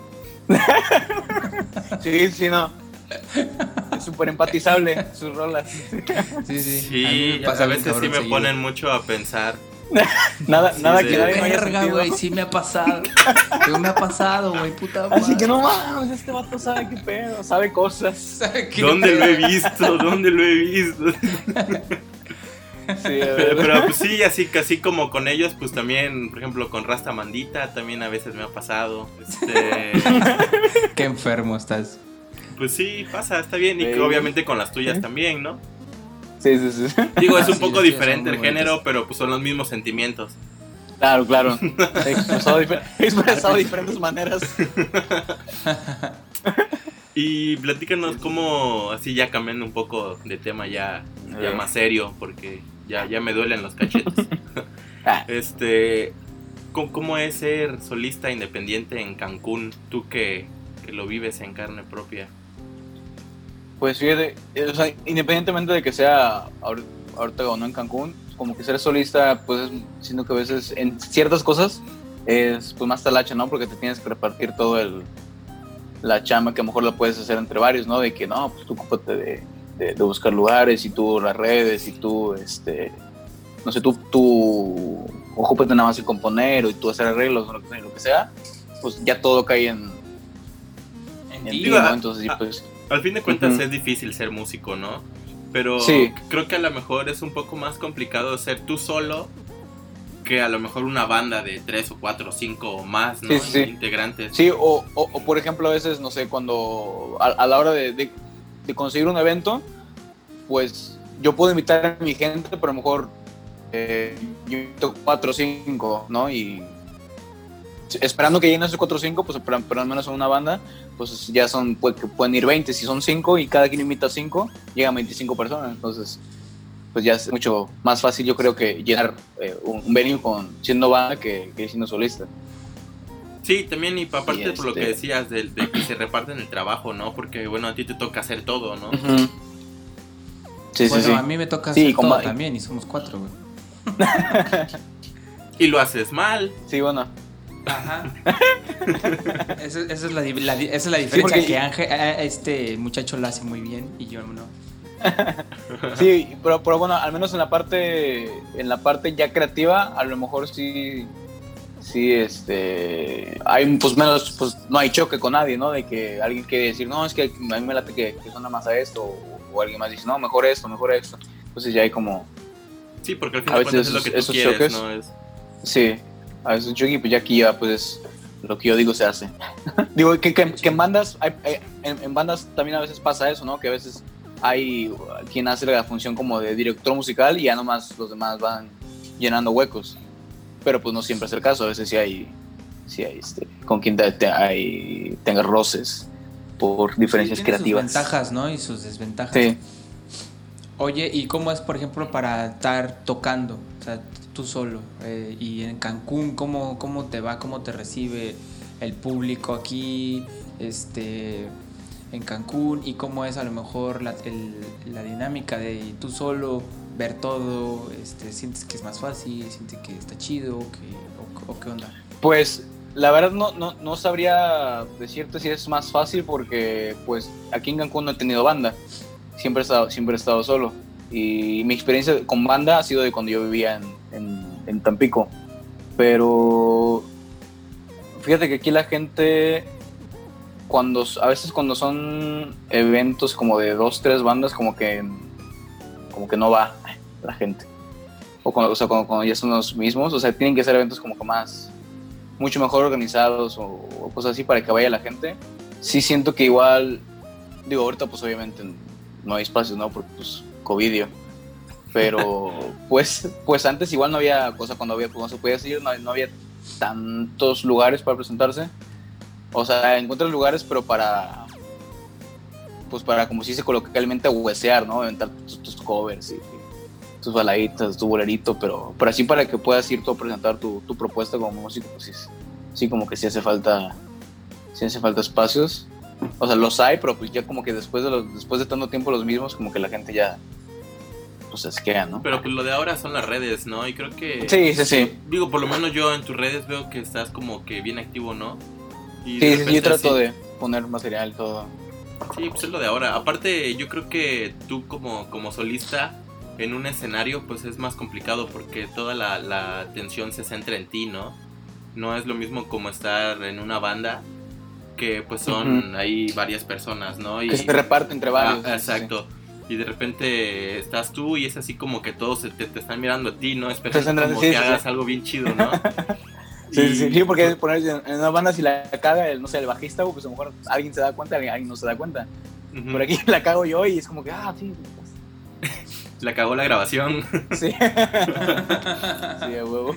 Sí, sí, no. Es súper empatizable sus rolas. Sí, sí. Sí, a mí me a pasa bien veces sí cabrón me seguido. ponen mucho a pensar. Nada, Sí, nada sí. que nadie no haya Verga, sentido. güey, sí me ha pasado. Sí me ha pasado, güey, puta madre. Así que no mames, este vato sabe qué pedo, sabe cosas. ¿Sabe qué? ¿Dónde lo he visto? ¿Dónde lo he visto? Sí, a Pero, ver. pero, pues sí, así casi como con ellos, pues también, por ejemplo, con Rasta Mandita también a veces me ha pasado. Este, Qué enfermo estás. pues sí, pasa, está bien. Y que Sí. obviamente con las tuyas también, ¿no? Sí, sí, sí. Digo, es Ah, un sí, poco las tuyas diferente son el muy género, bonitas. pero pues son los mismos sentimientos. Claro, claro. He expresado, difer- he expresado de diferentes maneras. Y platícanos cómo, así ya cambiando un poco de tema ya, ya Eh. más serio, porque ya, ya me duelen los cachetes. Ah, Este, ¿cómo, cómo es ser solista independiente en Cancún? Tú que, que lo vives en carne propia. pues fíjate, eh, o sea, independientemente de que sea ahor- ahorita o no en Cancún, como que ser solista, pues siento que a veces en ciertas cosas es pues más talacha, ¿no? Porque te tienes que repartir todo el la chamba que a lo mejor la puedes hacer entre varios, ¿no? De que no, pues tú ocúpate de, de, de buscar lugares y tú las redes y tú, este, no sé, tú, tú ocúpate nada más de componer y tú hacer arreglos o lo que, lo que sea, pues ya todo cae en, en ti, Digo, ¿no? ah, Entonces, sí, ah, pues... Al fin de cuentas Ujú. es difícil ser músico, ¿no? Pero Sí. creo que a lo mejor es un poco más complicado ser tú solo que a lo mejor una banda de tres o cuatro o cinco o más, ¿no? Sí, sí, sí. Integrantes. Sí, o, o, o, por ejemplo a veces, no sé, cuando a, a la hora de, de, de conseguir un evento, pues yo puedo invitar a mi gente, pero a lo mejor eh, yo invito cuatro o cinco, ¿no? Y esperando que lleguen esos cuatro o cinco, pues pero, pero al menos en una banda, pues ya son, pues, que pueden ir veinte, si son cinco y cada quien invita a cinco, llegan veinticinco personas, entonces pues ya es mucho más fácil yo creo que llenar eh, un, un venue con siendo banda que, que siendo solista. Sí, también, y aparte Y por lo que este- decías de, de que se reparten el trabajo, ¿no? Porque, bueno, a ti te toca hacer todo, ¿no? Ujú. Sí, bueno, sí, sí. a mí me toca Sí, hacer como- todo también y somos cuatro, güey. Y lo haces mal. Sí, bueno. Ajá. Esa esa es la, di- la di- esa es la diferencia, porque- que Ángel, eh, este muchacho lo hace muy bien y yo no. Sí, pero, pero bueno, al menos en la parte en la parte ya creativa, a lo mejor sí sí, este, hay pues menos, pues no hay choque con nadie, ¿no? De que alguien quiere decir, no, es que a mí me late que, que suena más a esto, o, o alguien más dice, no, mejor esto, mejor esto. Entonces ya hay como... Sí, porque al fin a de veces cuentas es lo que tú esos quieres, choques, ¿no? Es... Sí, a veces un choque y pues ya aquí ya pues lo que yo digo se hace. Digo, que, que, que en bandas, hay, en, en bandas también a veces pasa eso, ¿no? Que a veces hay quien hace la función como de director musical y ya nomás los demás van llenando huecos. Pero pues no siempre es el caso, a veces sí hay, sí hay este, con quien te, te hay, tengas roces por diferencias sí, tiene creativas. Sus ventajas, ¿no? Y sus desventajas. Sí. Oye, ¿y cómo es, por ejemplo, para estar tocando? O sea, tú solo. Eh, y en Cancún, ¿cómo, ¿cómo te va? ¿Cómo te recibe el público aquí? Este... en Cancún, y cómo es a lo mejor la, el, la dinámica de tú solo ver todo, este, sientes que es más fácil, sientes que está chido, que, o, o qué onda. Pues la verdad no, no, no sabría decirte si es más fácil porque pues aquí en Cancún no he tenido banda, siempre he estado, siempre he estado solo, y mi experiencia con banda ha sido de cuando yo vivía en, en, en Tampico, pero fíjate que aquí la gente... Cuando, a veces cuando son eventos como de dos, tres bandas, como que como que no va la gente. O, cuando, o sea, cuando, cuando ya son los mismos, o sea, tienen que ser eventos como que más, mucho mejor organizados o, o cosas así para que vaya la gente. Sí siento que igual, digo, ahorita pues obviamente no hay espacios, ¿no? Porque pues COVID, pero pues, pues antes igual no había, cosa cuando había, cuando se podía decir, no, no había tantos lugares para presentarse. O sea, encuentras lugares, pero para, pues para, como se dice coloquialmente, huesear, ¿no? Inventar tus, tus covers y, y tus baladitas, tu bolerito, pero, pero así para que puedas ir tú a presentar tu, tu propuesta como músico, pues sí, sí, como que sí hace falta, sí hace falta espacios. O sea, los hay, pero pues ya como que después de los, después de tanto tiempo los mismos, como que la gente ya, pues se asquea, ¿no? Pero pues lo de ahora son las redes, ¿no? Y creo que... Sí, sí, sí. Digo, por lo menos yo en tus redes veo que estás como que bien activo, ¿no? Y sí, sí, yo trato así, de poner material, todo. Sí, pues es lo de ahora. Aparte, yo creo que tú como, como solista en un escenario, pues es más complicado porque toda la, la atención se centra en ti, ¿no? No es lo mismo como estar en una banda, que pues son uh-huh. ahí varias personas, ¿no? Y, que se reparte entre varios. Ah, exacto. Sí. Y de repente estás tú y es así como que todos te, te están mirando a ti, ¿no? Esperando como sí, que sí, hagas sí. algo bien chido, ¿no? Sí, y... sí, sí, porque poner en una banda si la caga el, no sé, el bajista, pues a lo mejor alguien se da cuenta, alguien no se da cuenta. Uh-huh. Por aquí la cago yo y es como que, ah, sí. Pues. La cagó la grabación. Sí. Sí, a huevo.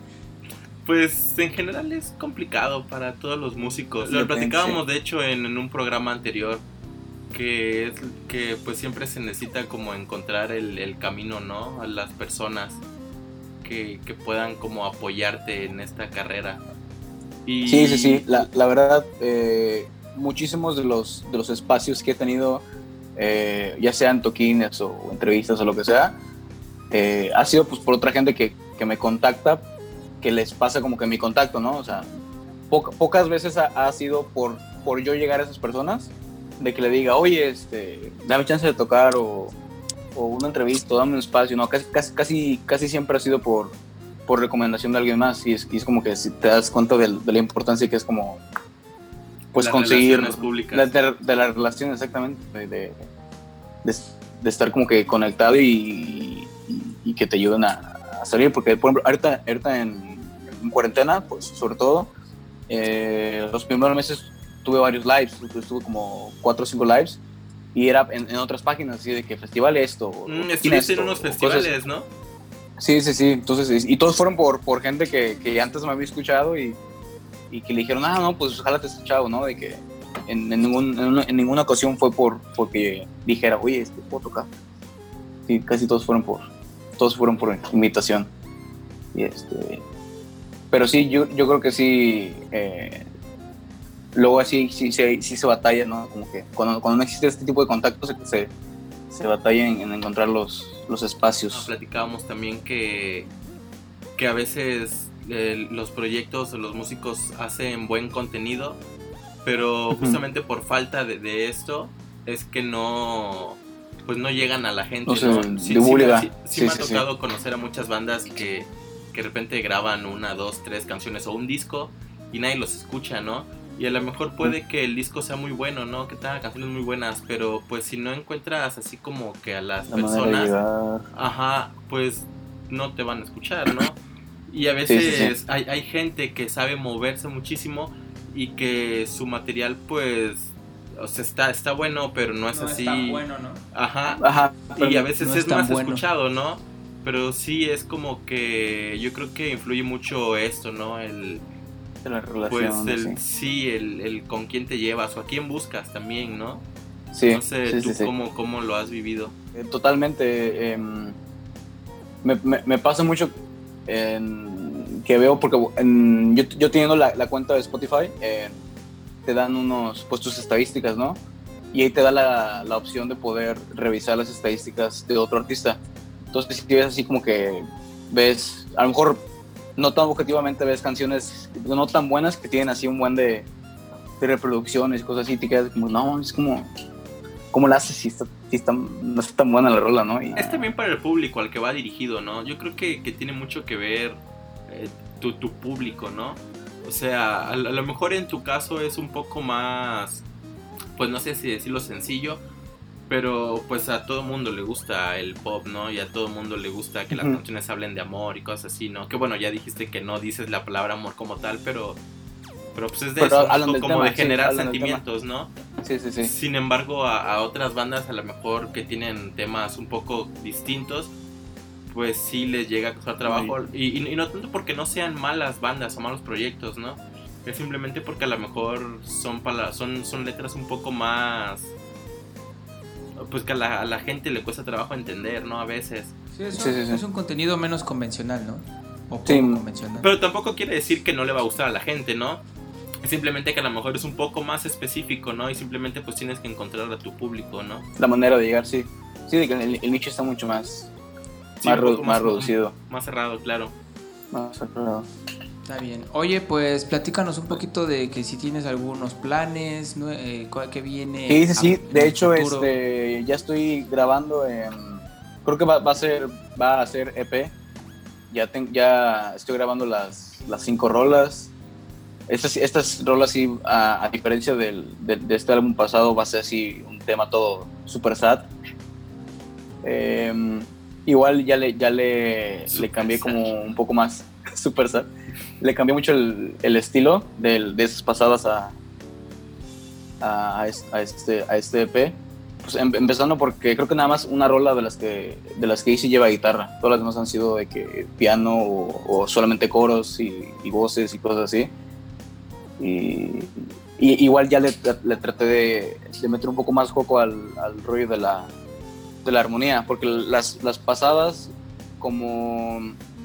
Pues en general es complicado para todos los músicos. Lo platicábamos de hecho en, en un programa anterior, que es que pues siempre se necesita como encontrar el, el camino, ¿no? A las personas que, que puedan como apoyarte en esta carrera. Y... Sí, sí, sí. La, la verdad, eh, muchísimos de los, de los espacios que he tenido, eh, ya sean toquines o entrevistas o lo que sea, eh, ha sido pues por otra gente que, que me contacta, que les pasa como que mi contacto, ¿no? O sea, po- pocas veces ha, ha sido por, por yo llegar a esas personas, de que le diga, oye, este, dame chance de tocar o, o una entrevista, dame un espacio, ¿no? Casi, casi, casi, casi siempre ha sido por, por recomendación de alguien más y es, y es como que si te das cuenta de, de la importancia que es como, pues las conseguir, relaciones públicas. De, de, de la relación exactamente, de, de, de, de estar como que conectado y, y, y que te ayuden a a salir, porque por ejemplo ahorita, ahorita en, en cuarentena, pues sobre todo eh, los primeros meses tuve varios lives, tuve como cuatro o cinco lives y era en, en otras páginas así de que festival esto mm, estuviste en unos festivales, ¿no? Sí, sí, sí, entonces y todos fueron por, por gente que, que antes me había escuchado y, y que le dijeron, ah, no, pues ojalá te escuchado, ¿no? De que en, en, ningún, en, una, en ninguna ocasión fue por porque dijera, oye, este puedo tocar. Sí, casi todos fueron por todos fueron por invitación y este pero sí yo, yo creo que sí eh, luego así sí, sí, sí se batalla, ¿no? Como que cuando, cuando no existe este tipo de contactos se, se batalla en, en encontrar los, los espacios. Nos platicábamos también que que a veces eh, los proyectos o los músicos hacen buen contenido, pero uh-huh. justamente por falta de, de esto es que no pues no llegan a la gente, o sea, ¿no? Sí, sí, sí, sí, sí me ha tocado sí. conocer a muchas bandas que, que de repente graban una, dos, tres canciones o un disco y nadie los escucha, ¿no? Y a lo mejor puede que el disco sea muy bueno, ¿no? Que tenga canciones muy buenas, pero pues si no encuentras así como que a las La personas, llegar. ajá, pues no te van a escuchar, ¿no? Y a veces sí, sí, sí. Hay, hay gente que sabe moverse muchísimo y que su material pues, o sea, está, está bueno, pero no es no así. es tan bueno, ¿no? Ajá. Ajá, Y a veces no es, es tan más bueno. escuchado, ¿no? Pero sí es como que yo creo que influye mucho esto, ¿no? El de la pues relación, el sí. sí, el, el con quién te llevas o a quién buscas también, ¿no? Sí, No sé, sí, tú sí, sí. cómo, cómo lo has vivido. Eh, Totalmente. eh, me, me, me pasa mucho en, que veo, porque en, yo, yo teniendo la, la cuenta de Spotify, eh, te dan unos, pues tus estadísticas, ¿no? Y ahí te da la, la opción de poder revisar las estadísticas de otro artista. Entonces, si ves así como que ves, a lo mejor no tan objetivamente ves canciones no tan buenas que tienen así un buen de, de reproducciones y cosas así, y te quedas como, no, es como, ¿cómo la haces si, está, si está, no está tan buena la rola, ¿no? Y, Es también para el público al que va dirigido, ¿no? Yo creo que, que tiene mucho que ver eh, tu, tu público, ¿no? O sea, a, a lo mejor en tu caso es un poco más, pues no sé si decirlo sencillo, pero pues a todo mundo le gusta el pop, ¿no? Y a todo mundo le gusta que las Ujú. canciones hablen de amor y cosas así, ¿no? Que bueno, ya dijiste que no dices la palabra amor como tal, pero, pero pues es de Pero eso, hablan ¿no? del Como tema, de sí, generar hablan del sentimientos, ¿no? sí, sí, sí. Sin embargo, a, a otras bandas a lo mejor que tienen temas un poco distintos, pues sí les llega a costar trabajo. Y, y, y no tanto porque no sean malas bandas o malos proyectos, ¿no? Es simplemente porque a lo mejor son, pala- son, son letras un poco más... Pues que a la, a la gente le cuesta trabajo entender, ¿no? A veces. Sí, es, un, Sí, sí, sí. es un contenido menos convencional, ¿no? O poco Sí. convencional. Pero tampoco quiere decir que no le va a gustar a la gente, ¿no? Es simplemente que a lo mejor es un poco más específico, ¿no? Y simplemente pues tienes que encontrar a tu público, ¿no? La manera de llegar, sí. Sí, de que el, el nicho está mucho más, Sí, más, un poco redu- más reducido. Más cerrado, claro. Más cerrado. Está bien. Oye, pues platícanos un poquito de que si tienes algunos planes, ¿no? eh, cuál- ¿qué viene? Sí, sí, sí. a- en De el hecho, futuro? este, ya estoy grabando en... Creo que va, va a ser va a ser E P. Ya, ten- ya estoy grabando las, las cinco rolas. Estas, estas rolas, sí, a, a diferencia del, de, de este álbum pasado, va a ser así un tema todo super sad. Eh, igual ya le, ya le, Super le cambié sad. como un poco más super sad. Le cambié mucho el, el estilo del, de esas pasadas a, a, a es- a este, a este E P. Pues em- empezando porque creo que nada más una rola de las que, de las que hice lleva guitarra. Todas las demás han sido de que piano o, o solamente coros y, y voces y cosas así. Y, y igual ya le, le traté de, de meter un poco más coco al, al rollo de la, de la armonía, porque las, las pasadas, como,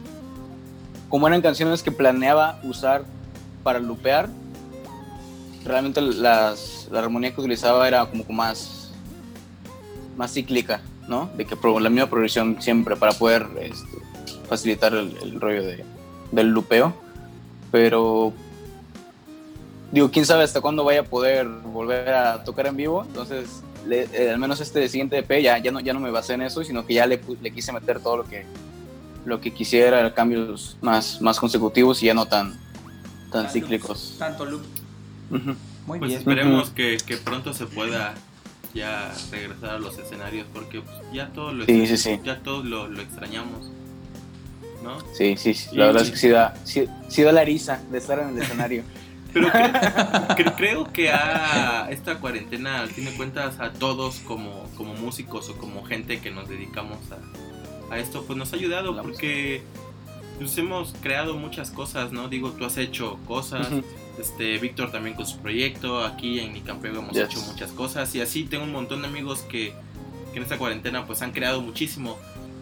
como eran canciones que planeaba usar para lupear, realmente las, la armonía que utilizaba era como que más, más cíclica, ¿no? De que pro- la misma progresión siempre para poder este, facilitar el, el rollo de, del lupeo. Pero digo, quién sabe hasta cuándo vaya a poder volver a tocar en vivo. Entonces, le, eh, al menos este siguiente E P ya, ya, no, ya no me basé en eso, sino que ya le, pu- le quise meter todo lo que, lo que quisiera, cambios más, más consecutivos y ya no tan, tan Tanto- cíclicos. Tanto loop. Ujú. Muy Pues bien. esperemos Ujú. que, que pronto se pueda ya regresar a los escenarios, porque pues, ya todos lo, Sí, sí, sí. ya todos lo, lo extrañamos, ¿no? Sí, sí, sí. Y- La verdad es que sí da, sí, sí da la risa de estar en el escenario. Pero cre- cre- creo que a esta cuarentena, al fin de cuentas, a todos como, como músicos o como gente que nos dedicamos a, a esto, pues nos ha ayudado La porque pues, hemos creado muchas cosas, ¿no? Digo, tú has hecho cosas, Ujú. este Víctor también con su proyecto, aquí en Nicampego hemos Yes. hecho muchas cosas y así tengo un montón de amigos que, que en esta cuarentena pues han creado muchísimo.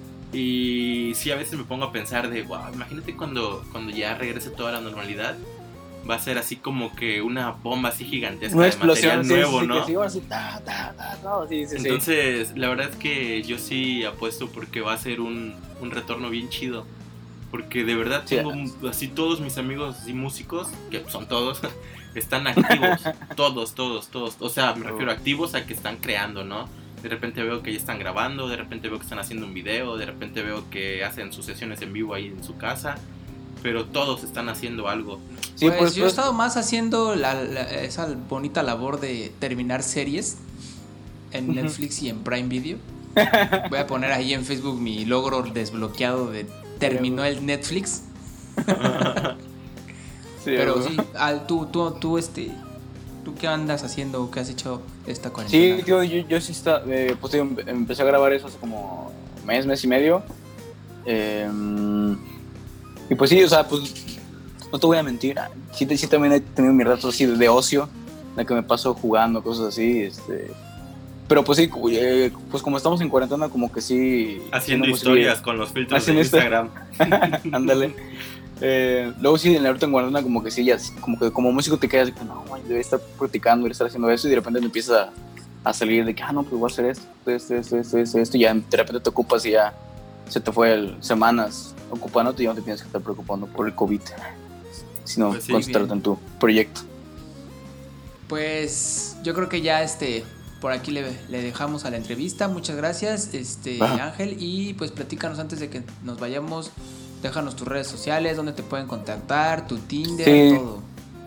Y sí, a veces me pongo a pensar de, wow, imagínate cuando, cuando ya regrese toda la normalidad. Va a ser así como que una bomba así gigantesca Una de material explosión, sí, nuevo, sí, ¿no? que sí, ahora sí, ta, ta, ta, ta, sí, sí, sí. Entonces, la verdad es que yo sí apuesto porque va a ser un, un retorno bien chido. Porque de verdad Sí. tengo un- así todos mis amigos y músicos, que son todos, están activos. todos, todos, todos. O sea, me refiero a activos a que están creando, ¿no? de repente veo que ya están grabando, de repente veo que están haciendo un video, de repente veo que hacen sus sesiones en vivo ahí en su casa, pero todos están haciendo algo. Sí, pues, pues yo he estado más haciendo la, la, esa bonita labor de terminar series en Netflix y en Prime Video. Voy a poner ahí en Facebook mi logro desbloqueado de terminó el Netflix. Sí, pero sí, al, tú, tú, tú, este, ¿tú qué andas haciendo? ¿Qué has hecho esta cuarentena? Sí, tío, yo, yo sí está, eh, pues tío, empecé a grabar eso hace como mes, mes y medio. Eh, y pues sí, o sea, pues no te voy a mentir, sí, sí también he tenido mis ratos así de, de ocio, de que me paso jugando, cosas así, este... Pero pues sí, eh, pues como estamos en cuarentena, como que sí... Haciendo historias sí, con los filtros de Instagram. Ándale. Eh, luego sí, en la ahorita en cuarentena como que sí, ya, como que como músico te quedas de que no, debe estar practicando, debe estar haciendo eso, y de repente te empieza a, a salir de que, ah, no, pues voy a hacer esto, esto, esto, esto, esto, esto, y ya de repente te ocupas y ya se te fue el, semanas ocupándote y ya no te tienes que estar preocupando por el COVID, sino pues sí, concentrarte en tu proyecto. Pues yo creo que ya este... Por aquí le, le dejamos a la entrevista. Muchas gracias, este Ajá. Ángel. Y pues platícanos antes de que nos vayamos. Déjanos tus redes sociales, dónde te pueden contactar, tu Tinder, sí. todo.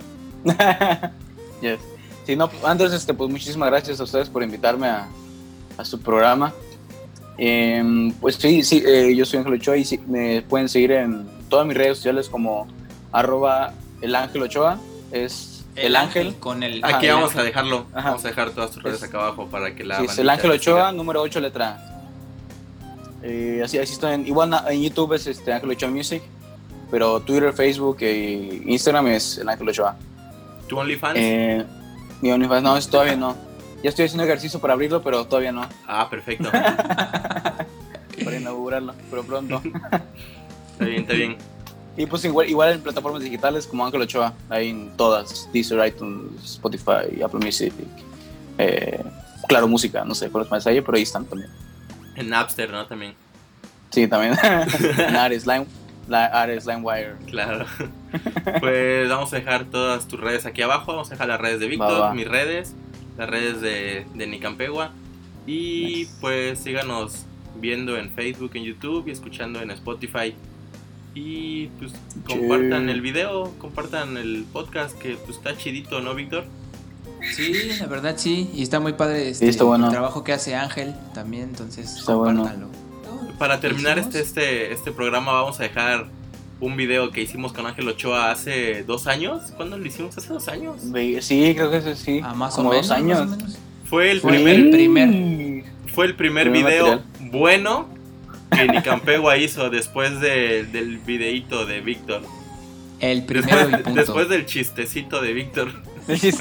Yes. Sí, no, antes, este, pues muchísimas gracias a ustedes por invitarme a, a su programa. Eh, pues sí, sí eh, yo soy Ángel Ochoa y sí, me pueden seguir en todas mis redes sociales como arroba el Ángel Ochoa. Es El, el ángel, ángel con el aquí vamos ángel. a dejarlo. Ajá. Vamos a dejar todas tus redes es, acá abajo para que la sí, es el Ángel Ochoa, siga. Número ocho letra. Eh, así, así está en, igual en YouTube es este Ángel Ochoa Music, pero Twitter, Facebook e Instagram es el Ángel Ochoa. ¿Tu OnlyFans? Eh, mi OnlyFans no, es todavía no. Ya estoy haciendo ejercicio para abrirlo, pero todavía no. Ah, perfecto. Para inaugurarlo, pero pronto. Está bien, está bien. Y pues igual, igual en plataformas digitales como Ángel Ochoa, ahí en todas, Deezer, iTunes, Spotify, Apple Music, eh, Claro Música, no sé cuáles más hay, pero ahí están también. En Napster, ¿no? También. Sí, también. En Ares, Line, Ares, LimeWire. Claro. Pues vamos a dejar todas tus redes aquí abajo, vamos a dejar las redes de Víctor, va, va. mis redes, las redes de, de Nicampegua, y nice. Pues síganos viendo en Facebook, en YouTube y escuchando en Spotify. Y pues compartan el video, compartan el podcast, que pues está chidito, ¿no, Víctor? Sí, la verdad sí, y está muy padre este, sí, bueno. el trabajo que hace Ángel también, entonces está compártanlo. Bueno. Para terminar este, este, este programa vamos a dejar un video que hicimos con Ángel Ochoa hace dos años. ¿Cuándo lo hicimos? ¿Hace dos años? Sí, creo que sí. Ah, más como o menos, dos años. Más o menos. Fue el fue primer, el primer, fue el primer video material. bueno que Nicampegua hizo después de, del videíto de Víctor. El primero y punto. Después del chistecito de Víctor. Sí,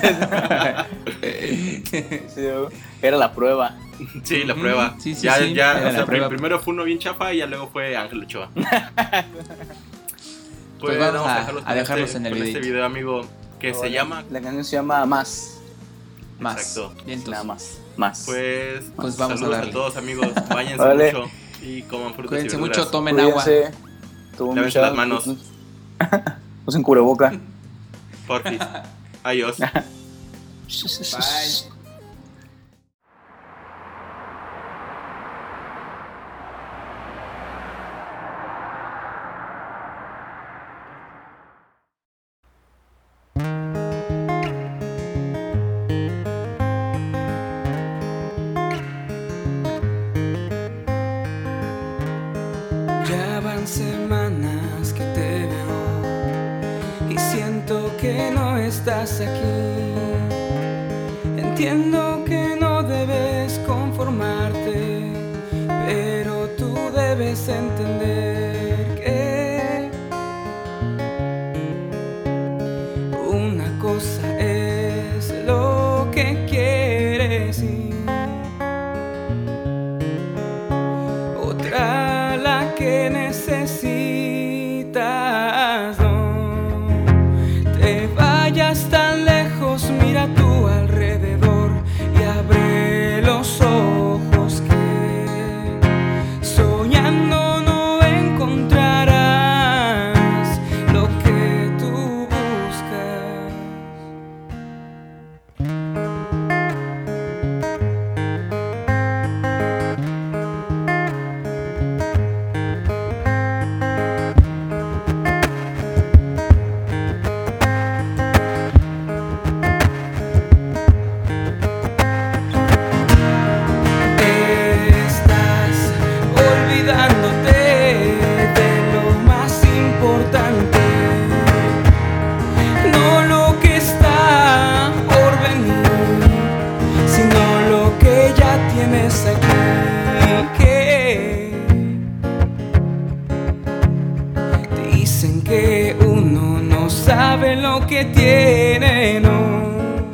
era la prueba. Sí, la prueba. Sí, sí, ya, sí, ya, o sea, prueba. Primero fue uno bien chafa y ya luego fue Ángel Ochoa. Pues, pues vamos a, dejarlos, a dejarlos este, en el video. Este video, amigo, que Hola. se llama. La canción se llama Más. Más. Exacto. Nada más. Más. Pues, pues vamos saludos a, darle. a todos, amigos. Váyanse vale. mucho y coman frutas. Cuídense y verduras. mucho, tomen Cuídense. agua. Lávense las manos. Usen cubreboca. Porfis. Adiós. Bye. Ya van semanas que te veo y siento que no estás aquí. Entiendo que no debes conformarte, pero tú debes entender que una cosa es lo que quieres y otra la que necesitas. No te vayas tan lejos, mira tú alrededor y abre los ojos, que soñando no encontrarás lo que tú buscas. saben lo que tienen, no.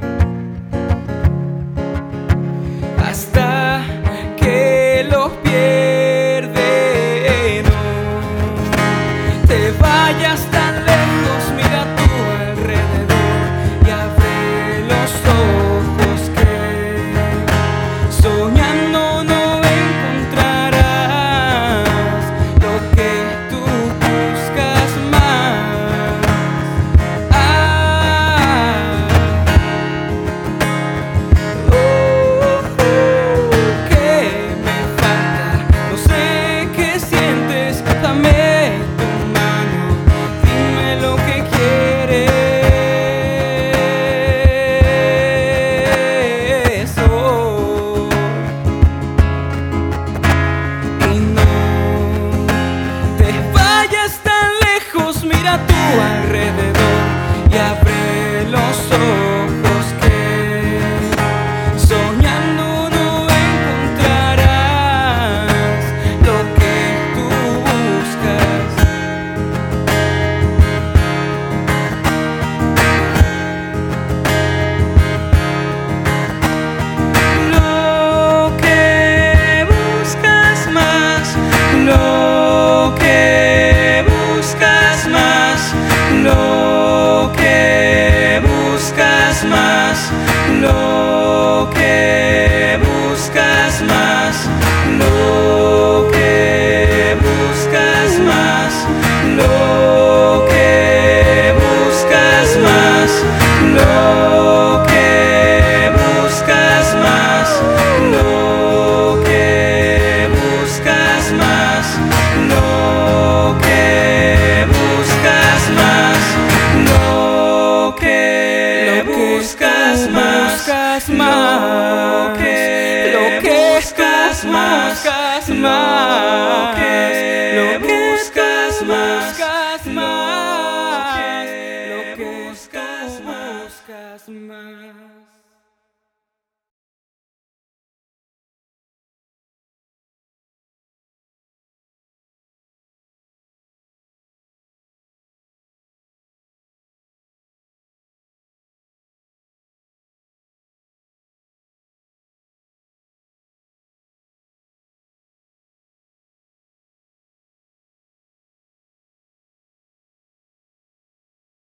Hasta que los pierden, no. Te vayas tan lejos, mira a tu alrededor y abre los ojos que soñando no encontrarás lo que tú buscas más. Ah, uh, uh, ¿qué me falta? No sé qué sientes, dame tu mano, dime lo que quieres hoy. Y no te vayas tan lejos, mira a tu alrededor y abre los ojos.